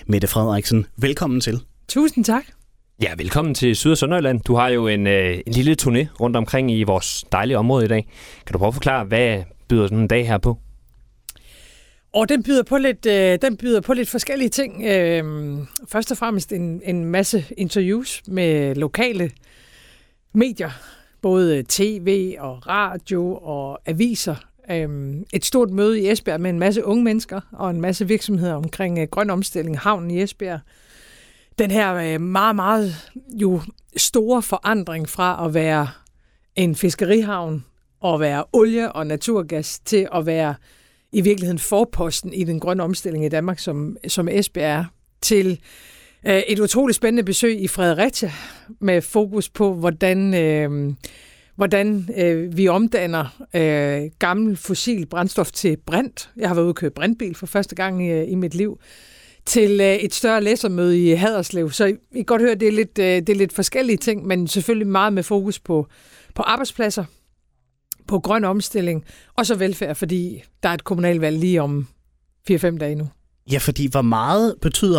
Mette Frederiksen, velkommen til. Tusind tak. Ja, velkommen til Syd- og Sønderjylland. Du har jo en lille turné rundt omkring i vores dejlige område i dag. Kan du prøve at forklare, hvad byder sådan en dag her på? Og den byder på lidt forskellige ting. Først og fremmest en masse interviews med lokale medier, både tv og radio og aviser. Et stort møde i Esbjerg med en masse unge mennesker og en masse virksomheder omkring grøn omstilling, havnen i Esbjerg. Den her meget, meget jo store forandring fra at være en fiskerihavn og være olie og naturgas til at være i virkeligheden forposten i den grønne omstilling i Danmark, som Esbjerg er, til et utroligt spændende besøg i Fredericia med fokus på, hvordan vi omdanner gammel fossil brændstof til brint. Jeg har været ude at køre brintbil for første gang i mit liv, til et større læsermøde i Haderslev. Så I kan godt høre, det er lidt forskellige ting, men selvfølgelig meget med fokus på arbejdspladser, på grøn omstilling og så velfærd, fordi der er et kommunalvalg lige om 4-5 dage nu. Ja, fordi hvor meget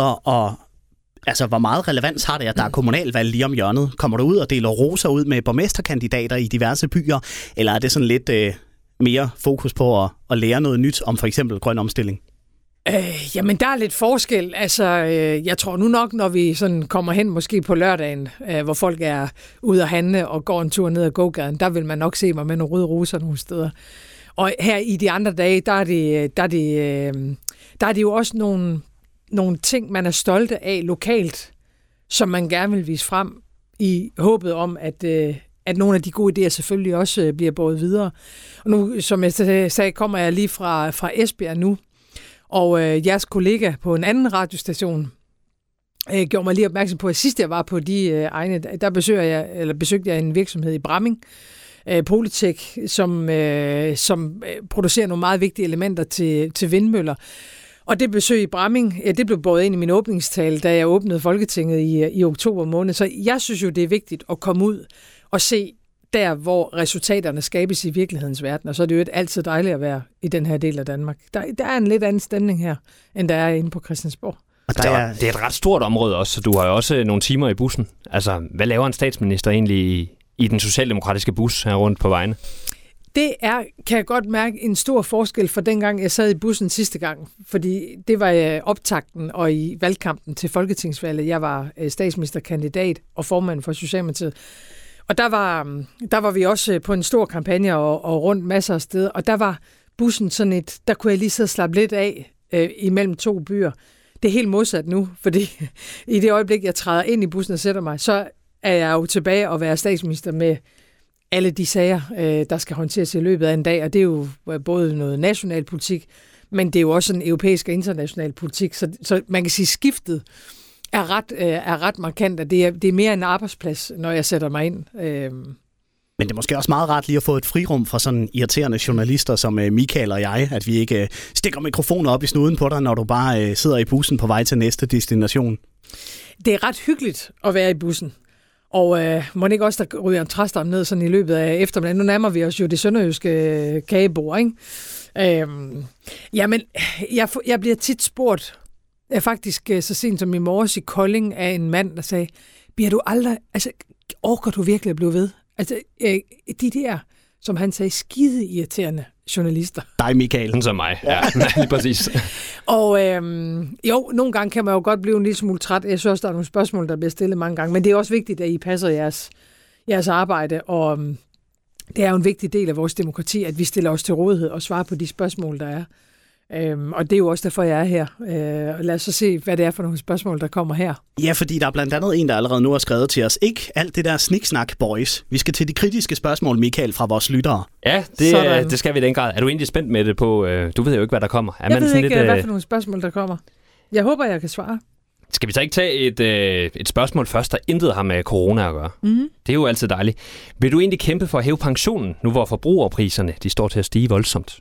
hvor meget relevans har det, at der er kommunalvalg lige om hjørnet? Kommer du ud og deler roser ud med borgmesterkandidater i diverse byer, eller er det sådan lidt mere fokus på at lære noget nyt om for eksempel grøn omstilling? Jamen, der er lidt forskel. Altså, jeg tror nu nok, når vi sådan kommer hen måske på lørdagen, hvor folk er ude at handle og går en tur ned ad gågaden, der vil man nok se mig med nogle røde roser nogle steder. Og her i de andre dage, der er det jo også nogle ting, man er stolte af lokalt, som man gerne vil vise frem i håbet om, at nogle af de gode idéer selvfølgelig også bliver båret videre. Og nu, som jeg sagde, kommer jeg lige fra Esbjerg nu, og jeres kollega på en anden radiostation gjorde mig lige opmærksom på, at sidst jeg var på de egne, der besøgte jeg en virksomhed i Bramming, Polytech, som producerer nogle meget vigtige elementer til vindmøller. Og det besøg i Bramming, det blev båret ind i min åbningstale, da jeg åbnede Folketinget i oktober måned. Så jeg synes jo, det er vigtigt at komme ud og se der, hvor resultaterne skabes i virkelighedens verden. Og så er det jo altid dejligt at være i den her del af Danmark. Der er en lidt anden stemning her, end der er inde på Christiansborg. Det er et ret stort område også, så du har jo også nogle timer i bussen. Altså, hvad laver en statsminister egentlig i den socialdemokratiske bus her rundt på vejene? Det kan jeg godt mærke, en stor forskel fra dengang, jeg sad i bussen sidste gang. Fordi det var optakten og i valgkampen til folketingsvalget. Jeg var statsministerkandidat og formand for Socialdemokratiet. Og der var vi også på en stor kampagne og rundt masser af steder. Og der var bussen sådan der kunne jeg lige sidde og slappe lidt af imellem to byer. Det er helt modsat nu, fordi i det øjeblik, jeg træder ind i bussen og sætter mig, så er jeg jo tilbage at være statsminister med alle de sager, der skal håndteres i løbet af en dag. Og det er jo både noget national politik, men det er jo også en europæisk og international politik. Så man kan sige, skiftet er ret markant, at det er mere en arbejdsplads, når jeg sætter mig ind. Men det er måske også meget rart lige at få et frirum fra sådan irriterende journalister som Michael og jeg, at vi ikke stikker mikrofoner op i snuden på dig, når du bare sidder i bussen på vej til næste destination. Det er ret hyggeligt at være i bussen. Og må ikke også, der ryger en træstamme ned sådan i løbet af eftermiddagen. Nu nærmer vi os jo det sønderjyske kagebord, ikke? Jamen, jeg bliver tit spurgt, faktisk så sent som i morges i Kolding, af en mand, der sagde, bliver du aldrig, altså orker du virkelig at blive ved? Altså de der, som han sagde, skide irriterende journalister. Dig, Michael. Som mig, ja, lige præcis. Og jo, nogle gange kan man jo godt blive en lille smule træt. Jeg synes også, der er nogle spørgsmål, der bliver stillet mange gange, men det er også vigtigt, at I passer jeres arbejde, og det er jo en vigtig del af vores demokrati, at vi stiller os til rådighed og svarer på de spørgsmål, der er. Og det er jo også derfor, jeg er her. Lad os så se, hvad det er for nogle spørgsmål, der kommer her. Ja, fordi der er blandt andet en, der allerede nu har skrevet til os. Ikke alt det der sniksnak, boys. Vi skal til de kritiske spørgsmål, Michael, fra vores lyttere. Ja, det skal vi i den grad. Er du egentlig spændt med det på? Du ved jo ikke, hvad der kommer. Jeg ved ikke, hvad for nogle spørgsmål, der kommer. Jeg håber, jeg kan svare. Skal vi så ikke tage et spørgsmål først, der intet har med corona at gøre? Mm-hmm. Det er jo altid dejligt. Vil du egentlig kæmpe for at hæve pensionen, nu hvor forbrugerpriserne de står til at stige voldsomt?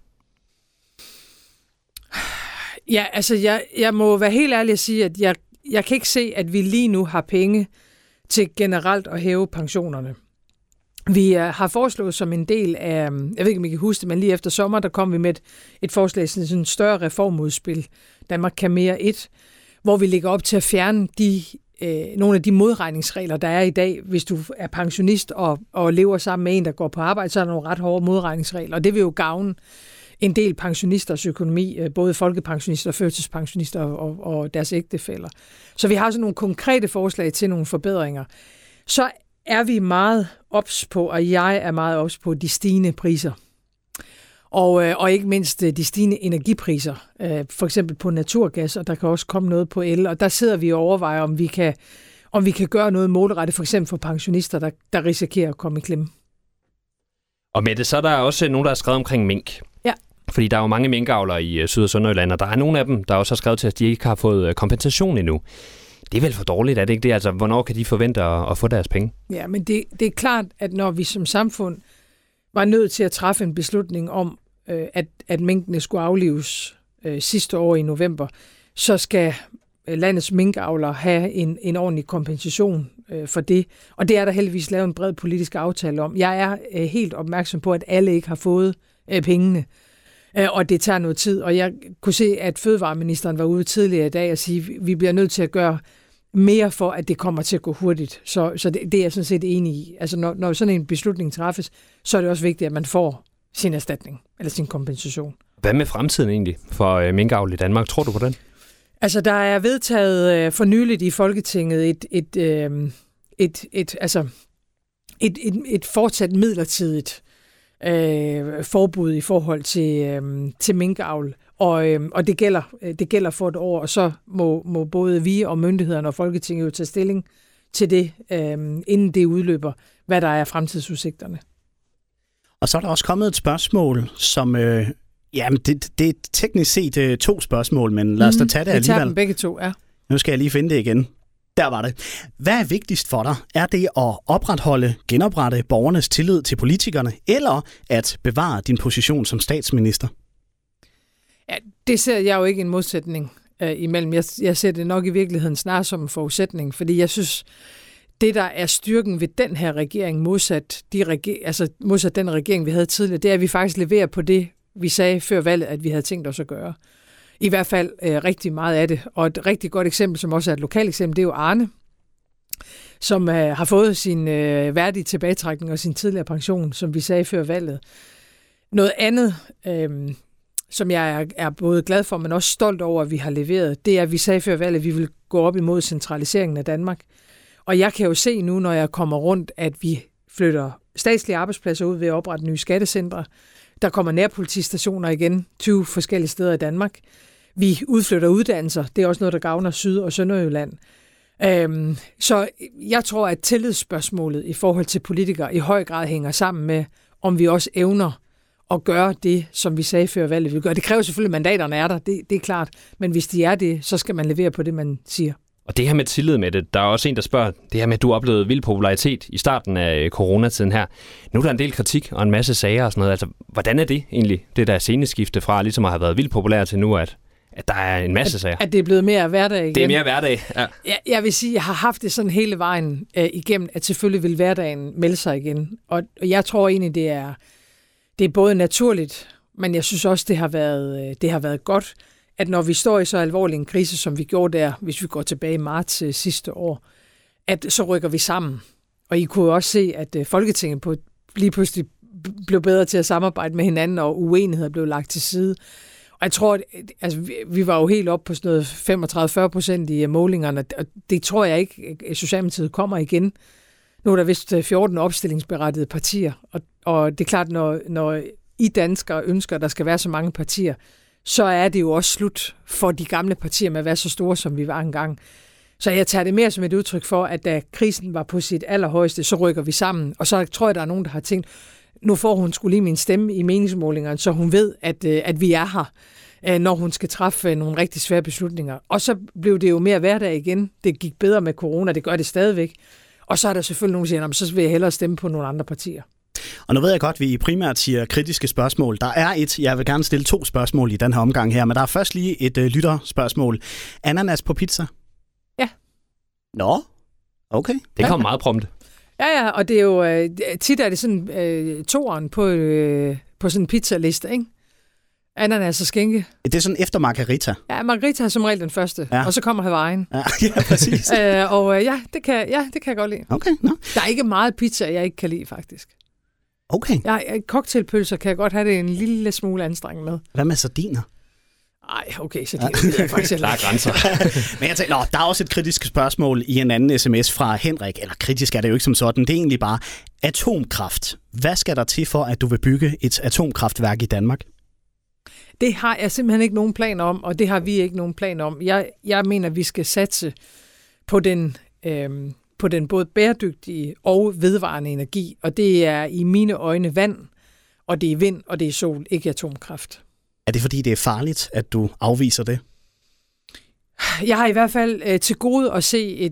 Ja, altså jeg må være helt ærlig at sige, at jeg kan ikke se, at vi lige nu har penge til generelt at hæve pensionerne. Vi har foreslået som en del af, jeg ved ikke, om I kan huske det, men lige efter sommer, der kom vi med et forslag, sådan et større reformudspil, Danmark kan mere 1, hvor vi lægger op til at fjerne nogle af de modregningsregler, der er i dag. Hvis du er pensionist og lever sammen med en, der går på arbejde, så er der nogle ret hårde modregningsregler, og det vil jo gavne en del pensionisters økonomi, både folkepensionister, førtidspensionister og deres ægtefæller. Så vi har sådan nogle konkrete forslag til nogle forbedringer. Så er vi meget ops på, og jeg er meget ops på de stigende priser. Og ikke mindst de stigende energipriser, for eksempel på naturgas, og der kan også komme noget på el, og der sidder vi og overvejer, om vi kan gøre noget målrettet, for eksempel for pensionister, der risikerer at komme i klemme. Og Mette, så er der også nogen, der har skrevet omkring mink. Ja. Fordi der er jo mange minkavlere i Syd- og Sønderjylland, og der er nogle af dem, der også har skrevet til, at de ikke har fået kompensation endnu. Det er vel for dårligt, er det ikke det? Altså, hvornår kan de forvente at få deres penge? Ja, men det er klart, at når vi som samfund var nødt til at træffe en beslutning om, at minkene skulle aflives sidste år i november, så skal landets minkavlere have en ordentlig kompensation for det. Og det er der heldigvis lavet en bred politisk aftale om. Jeg er helt opmærksom på, at alle ikke har fået pengene, og det tager noget tid. Og jeg kunne se, at fødevareministeren var ude tidligere i dag og sige, at vi bliver nødt til at gøre mere for, at det kommer til at gå hurtigt. Så det er jeg sådan set enig i. Altså når sådan en beslutning træffes, så er det også vigtigt, at man får sin erstatning eller sin kompensation. Hvad med fremtiden egentlig for minkavl i Danmark? Tror du på den? Altså, der er vedtaget for nyligt i Folketinget et fortsat midlertidigt forbud i forhold til minkavl. Og det gælder for et år, og så må både vi og myndighederne og Folketinget jo tage stilling til det, inden det udløber, hvad der er fremtidsudsigterne. Og så er der også kommet et spørgsmål, som... Jamen, det er teknisk set 2 spørgsmål, men lad os da tage det alligevel. Vi tager dem begge 2, ja. Nu skal jeg lige finde det igen. Der var det. Hvad er vigtigst for dig? Er det at genoprette borgernes tillid til politikerne, eller at bevare din position som statsminister? Ja, det ser jeg jo ikke en modsætning imellem. Jeg ser det nok i virkeligheden snarere som en forudsætning, fordi jeg synes, det der er styrken ved den her regering, modsat den regering, vi havde tidligere, det er, at vi faktisk leverer på det, vi sagde før valget, at vi havde tænkt os at gøre. I hvert fald rigtig meget af det. Og et rigtig godt eksempel, som også er et lokalt eksempel, det er jo Arne, som har fået sin værdige tilbagetrækning og sin tidligere pension, som vi sagde før valget. Noget andet, som jeg er både glad for, men også stolt over, at vi har leveret, det er, at vi sagde før valget, at vi vil gå op imod centraliseringen af Danmark. Og jeg kan jo se nu, når jeg kommer rundt, at vi flytter statslige arbejdspladser ud ved at oprette nye skattecentre. Der kommer nærpolitistationer igen, 20 forskellige steder i Danmark. Vi udflytter uddannelser. Det er også noget, der gavner Syd- og Sønderjylland. Så jeg tror, at tillidsspørgsmålet i forhold til politikere i høj grad hænger sammen med, om vi også evner at gøre det, som vi sagde før valget vi gør. Det kræver selvfølgelig, at mandaterne er der, det er klart. Men hvis de er det, så skal man levere på det, man siger. Og det her med tillid med det, der er også en, der spørger, det her med, at du oplevede vild popularitet i starten af coronatiden her. Nu er der en del kritik og en masse sager og sådan noget. Altså, hvordan er det egentlig, det der sceneskifte fra ligesom at have været vildt populær til nu, at der er en masse sager? At det er blevet mere hverdag igen. Det er mere hverdag, ja. Jeg vil sige, at jeg har haft det sådan hele vejen igennem, at selvfølgelig vil hverdagen melde sig igen. Og jeg tror egentlig, det er både naturligt, men jeg synes også, det har været godt, at når vi står i så alvorlig en krise, som vi gjorde der, hvis vi går tilbage i marts sidste år, at så rykker vi sammen. Og I kunne også se, at Folketinget lige pludselig blev bedre til at samarbejde med hinanden, og uenigheder blev lagt til side. Og jeg tror, altså, vi var jo helt op på sådan noget 35-40% i målingerne, og det tror jeg ikke, at Socialdemokratiet kommer igen. Nu er der vist 14 opstillingsberettigede partier, og det er klart, når I danskere ønsker, at der skal være så mange partier, så er det jo også slut for de gamle partier med at være så store, som vi var engang. Så jeg tager det mere som et udtryk for, at da krisen var på sit allerhøjeste, så rykker vi sammen. Og så tror jeg, der er nogen, der har tænkt, nu får hun skulle lige min stemme i meningsmålingerne, så hun ved, at vi er her, når hun skal træffe nogle rigtig svære beslutninger. Og så blev det jo mere hverdag igen. Det gik bedre med corona, det gør det stadigvæk. Og så er der selvfølgelig nogen, der siger, så vil jeg hellere stemme på nogle andre partier. Og nu ved jeg godt, at vi primært siger kritiske spørgsmål. Der er jeg vil gerne stille 2 spørgsmål i den her omgang her, men der er først lige et lytterspørgsmål. Ananas på pizza? Ja. Nå, okay. Det kommer meget prompte. Ja, og det er jo tit er det sådan toeren på sådan en pizzaliste, ikke? Ananas og skænke. Det er sådan efter margarita. Ja, margarita er som regel den første, og så kommer Hawaiian. Ja, præcis. Det kan jeg godt lide. Okay, no. Der er ikke meget pizza, jeg ikke kan lide, faktisk. Okay. Cocktailpølser kan jeg godt have det en lille smule anstrengende med. Hvad med sardiner? Ej, okay, så det er faktisk der er grænser. Men jeg tænker, der er også et kritisk spørgsmål i en anden sms fra Henrik. Eller kritisk er det jo ikke som sådan. Det er egentlig bare atomkraft. Hvad skal der til for, at du vil bygge et atomkraftværk i Danmark? Det har jeg simpelthen ikke nogen plan om, og det har vi ikke nogen plan om. Jeg mener, vi skal satse på den både bæredygtige og vedvarende energi, og det er i mine øjne vand, og det er vind, og det er sol, ikke atomkraft. Er det fordi, det er farligt, at du afviser det? Jeg har i hvert fald til gode at se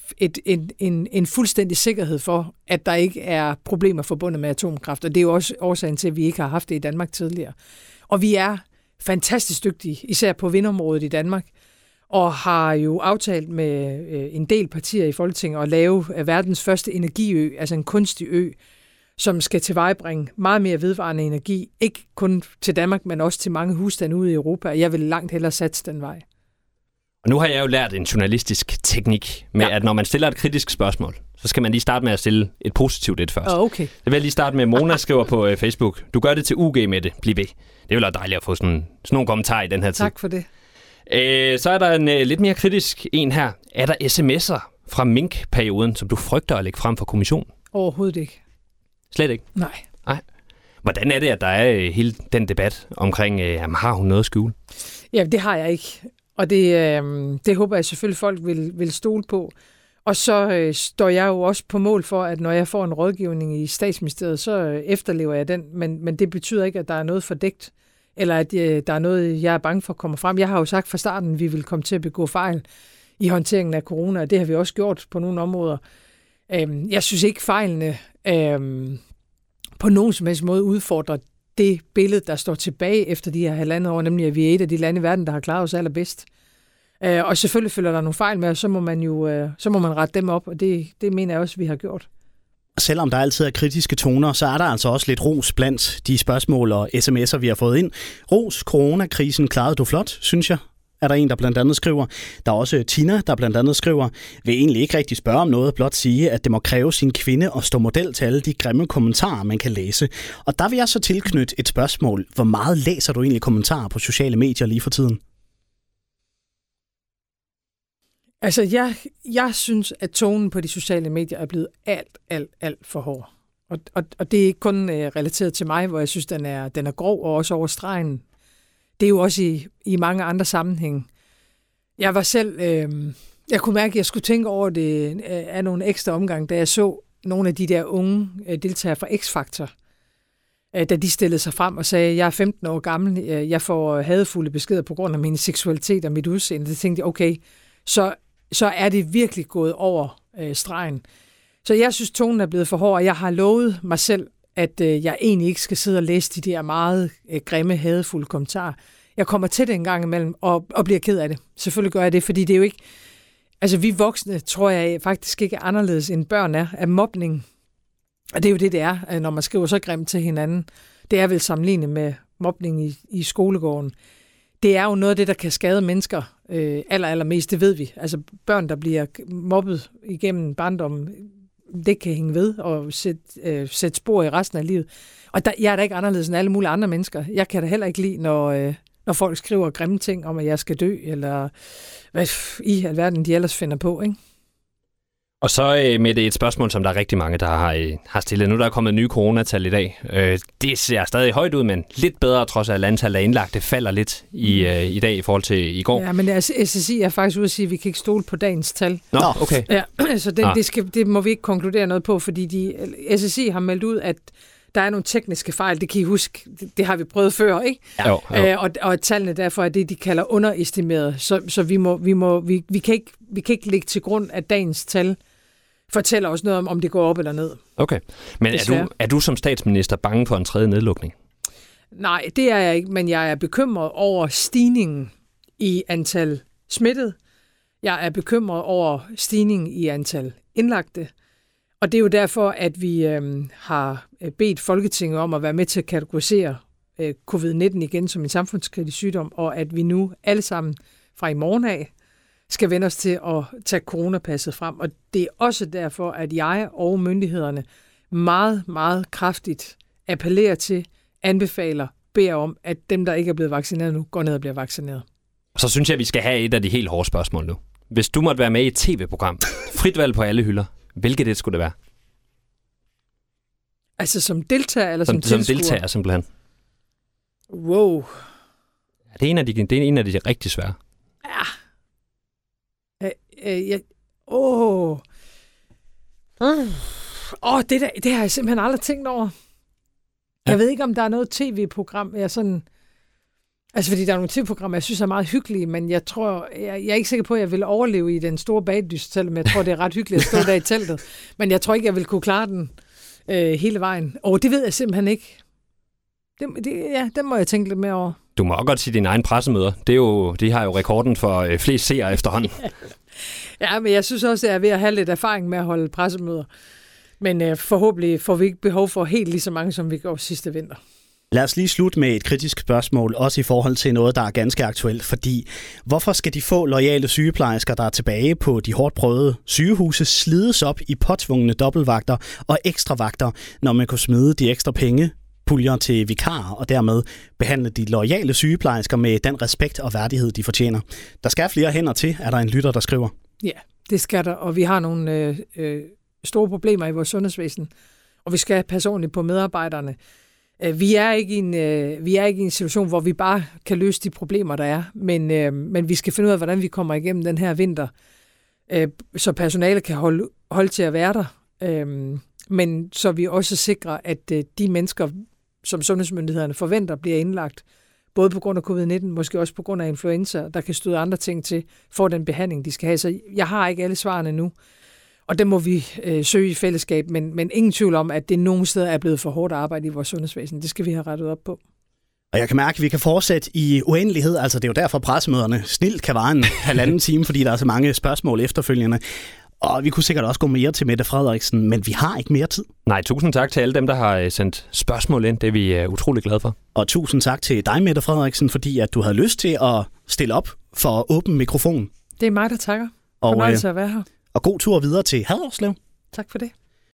en fuldstændig sikkerhed for, at der ikke er problemer forbundet med atomkraft, og det er jo også årsagen til, at vi ikke har haft det i Danmark tidligere. Og vi er fantastisk dygtige, især på vindområdet i Danmark, og har jo aftalt med en del partier i Folketinget at lave verdens første energiø, altså en kunstig ø, som skal tilvejebringe meget mere vedvarende energi, ikke kun til Danmark, men også til mange husstande ude i Europa, og jeg vil langt hellere satse den vej. Og nu har jeg jo lært en journalistisk teknik med, at når man stiller et kritisk spørgsmål, så skal man lige starte med at stille et positivt et først. Okay. Det vil jeg lige starte med, Mona skriver på Facebook. Du gør det til UG med det. Bliv ved. Det vil være dejligt at få sådan nogle kommentarer i den her tid. Tak for det. Så er der en lidt mere kritisk en her. Er der sms'er fra Mink-perioden, som du frygter at lægge frem for kommissionen? Overhovedet ikke. Slet ikke? Nej. Hvordan er det, at der er hele den debat omkring, har hun noget at skjule? Ja, det har jeg ikke. Og det håber jeg selvfølgelig, folk vil stole på. Og så står jeg jo også på mål for, at når jeg får en rådgivning i Statsministeriet, så efterlever jeg den. Men det betyder ikke, at der er noget fordækt, eller at der er noget, jeg er bange for at komme frem. Jeg har jo sagt fra starten, at vi vil komme til at begå fejl i håndteringen af corona, og det har vi også gjort på nogle områder. Jeg synes ikke, fejlene på nogen som helst måde udfordrer det billede, der står tilbage efter de her 1,5 år, nemlig at vi er et af de lande i verden, der har klaret os allerbedst. Og selvfølgelig følger der nogle fejl med, og så må man rette dem op, og det mener jeg også, vi har gjort. Selvom der altid er kritiske toner, så er der altså også lidt ros blandt de spørgsmål og sms'er, vi har fået ind. Ros, coronakrisen klarede du flot, synes jeg, er der en, der blandt andet skriver. Der er også Tina, der blandt andet skriver, vil egentlig ikke rigtig spørge om noget, blot sige, at det må kræve sin kvinde at stå model til alle de grimme kommentarer, man kan læse. Og der vil jeg så tilknytte et spørgsmål. Hvor meget læser du egentlig kommentarer på sociale medier lige for tiden? Altså, jeg synes, at tonen på de sociale medier er blevet alt for hård. Og det er ikke kun relateret til mig, hvor jeg synes, den er grov og også over stregen. Det er jo også i mange andre sammenhænge. Jeg var selv... jeg kunne mærke, at jeg skulle tænke over det af nogle ekstra omgange, da jeg så nogle af de der unge deltagere fra X-Factor, da de stillede sig frem og sagde, jeg er 15 år gammel, jeg får hadefulde beskeder på grund af min seksualitet og mit udseende. Det tænkte jeg, okay, så er det virkelig gået over stregen. Så jeg synes, tonen er blevet for hård, og jeg har lovet mig selv, at jeg egentlig ikke skal sidde og læse de der meget grimme, hadefulde kommentarer. Jeg kommer til det en gang imellem, og bliver ked af det. Selvfølgelig gør jeg det, fordi det er jo ikke... Altså, vi voksne, tror jeg faktisk ikke er anderledes end børn er af mobning. Og det er jo det er, når man skriver så grimt til hinanden. Det er vel sammenlignet med mobning i skolegården. Det er jo noget af det, der kan skade mennesker allermest, det ved vi. Altså, børn, der bliver mobbet igennem barndommen, det kan hænge ved og sætte spor i resten af livet. Og jeg er da ikke anderledes end alle mulige andre mennesker. Jeg kan da heller ikke lide, når folk skriver grimme ting om, at jeg skal dø, eller hvad i alverden de ellers finder på, ikke? Og så med det et spørgsmål, som der er rigtig mange, der har stillet. Nu der er kommet nye coronatal i dag. Det ser stadig højt ud, men lidt bedre, trods af antallet af indlagte falder lidt i dag i forhold til i går. Ja, men SSI er faktisk ude at sige, at vi kan ikke stole på dagens tal. Nå, okay. Ja, så det må vi ikke konkludere noget på, fordi SSI har meldt ud, at der er nogle tekniske fejl. Det kan I huske, det har vi prøvet før, ikke? Ja. Jo. Og tallene derfor er det, de kalder underestimeret. Så vi kan ikke lægge til grund, at dagens tal fortæller os noget om det går op eller ned. Okay. Men er du som statsminister bange for en tredje nedlukning? Nej, det er jeg ikke, men jeg er bekymret over stigningen i antal smittede. Jeg er bekymret over stigningen i antal indlagte. Og det er jo derfor, at vi har bedt Folketinget om at være med til at kategorisere covid-19 igen som en samfundskritisk sygdom, og at vi nu alle sammen fra i morgen af skal vende os til at tage coronapasset frem. Og det er også derfor, at jeg og myndighederne meget, meget kraftigt appellerer til, anbefaler, beder om, at dem, der ikke er blevet vaccineret nu, går ned og bliver vaccineret. Så synes jeg, at vi skal have et af de helt hårde spørgsmål nu. Hvis du måtte være med i et tv-program, frit valg på alle hylder, hvilket det skulle det være? Altså som deltager eller som tilskuer? Som deltager, simpelthen. Wow. Ja, det er en af de rigtig svære. Ja. Det har jeg simpelthen aldrig tænkt over. Jeg ved ikke, om der er noget tv-program, jeg sådan... Altså, fordi der er nogle tv-programmer, jeg synes er meget hyggelige, men jeg tror... Jeg er ikke sikker på, at jeg vil overleve i den store bagdyst, selvom jeg tror, det er ret hyggeligt at stå der i teltet. Men jeg tror ikke, jeg vil kunne klare den hele vejen. Og det ved jeg simpelthen ikke. Den må jeg tænke lidt mere over. Du må også godt sige dine egne pressemøder. De har jo rekorden for flest seere efterhånden. Ja, men jeg synes også, at jeg er ved at have lidt erfaring med at holde pressemøder. Men forhåbentlig får vi ikke behov for helt lige så mange, som vi gjorde sidste vinter. Lad os lige slutte med et kritisk spørgsmål, også i forhold til noget, der er ganske aktuelt. Fordi hvorfor skal de få loyale sygeplejersker, der er tilbage på de hårdt prøvede sygehuse, slides op i påtvungne dobbeltvagter og ekstra vagter, når man kunne smide de ekstra puljer til vikarer og dermed behandle de loyale sygeplejersker med den respekt og værdighed, de fortjener? Der skal flere hænder til, er der en lytter, der skriver. Ja, det skal der, og vi har nogle store problemer i vores sundhedsvæsen, og vi skal passe ordentligt på medarbejderne. Vi er ikke i en situation, hvor vi bare kan løse de problemer, der er, men vi skal finde ud af, hvordan vi kommer igennem den her vinter, så personale kan holde til at være der, men så vi også sikrer, at de mennesker, som sundhedsmyndighederne forventer, bliver indlagt, både på grund af covid-19, måske også på grund af influenza, der kan støde andre ting til, for den behandling, de skal have. Så jeg har ikke alle svarene nu, og det må vi søge i fællesskab, men ingen tvivl om, at det nogle steder er blevet for hårdt arbejde i vores sundhedsvæsen. Det skal vi have rettet op på. Og jeg kan mærke, at vi kan fortsætte i uendelighed. Altså det er jo derfor, pressemøderne snilt kan vare en halvanden time, fordi der er så mange spørgsmål efterfølgende. Og vi kunne sikkert også gå mere til Mette Frederiksen, men vi har ikke mere tid. Nej, tusind tak til alle dem, der har sendt spørgsmål ind. Det er vi utrolig glade for. Og tusind tak til dig, Mette Frederiksen, fordi at du havde lyst til at stille op for åben mikrofon. Det er mig, der takker. Fornøjelse at være her. Og god tur videre til Haderslev. Tak for det.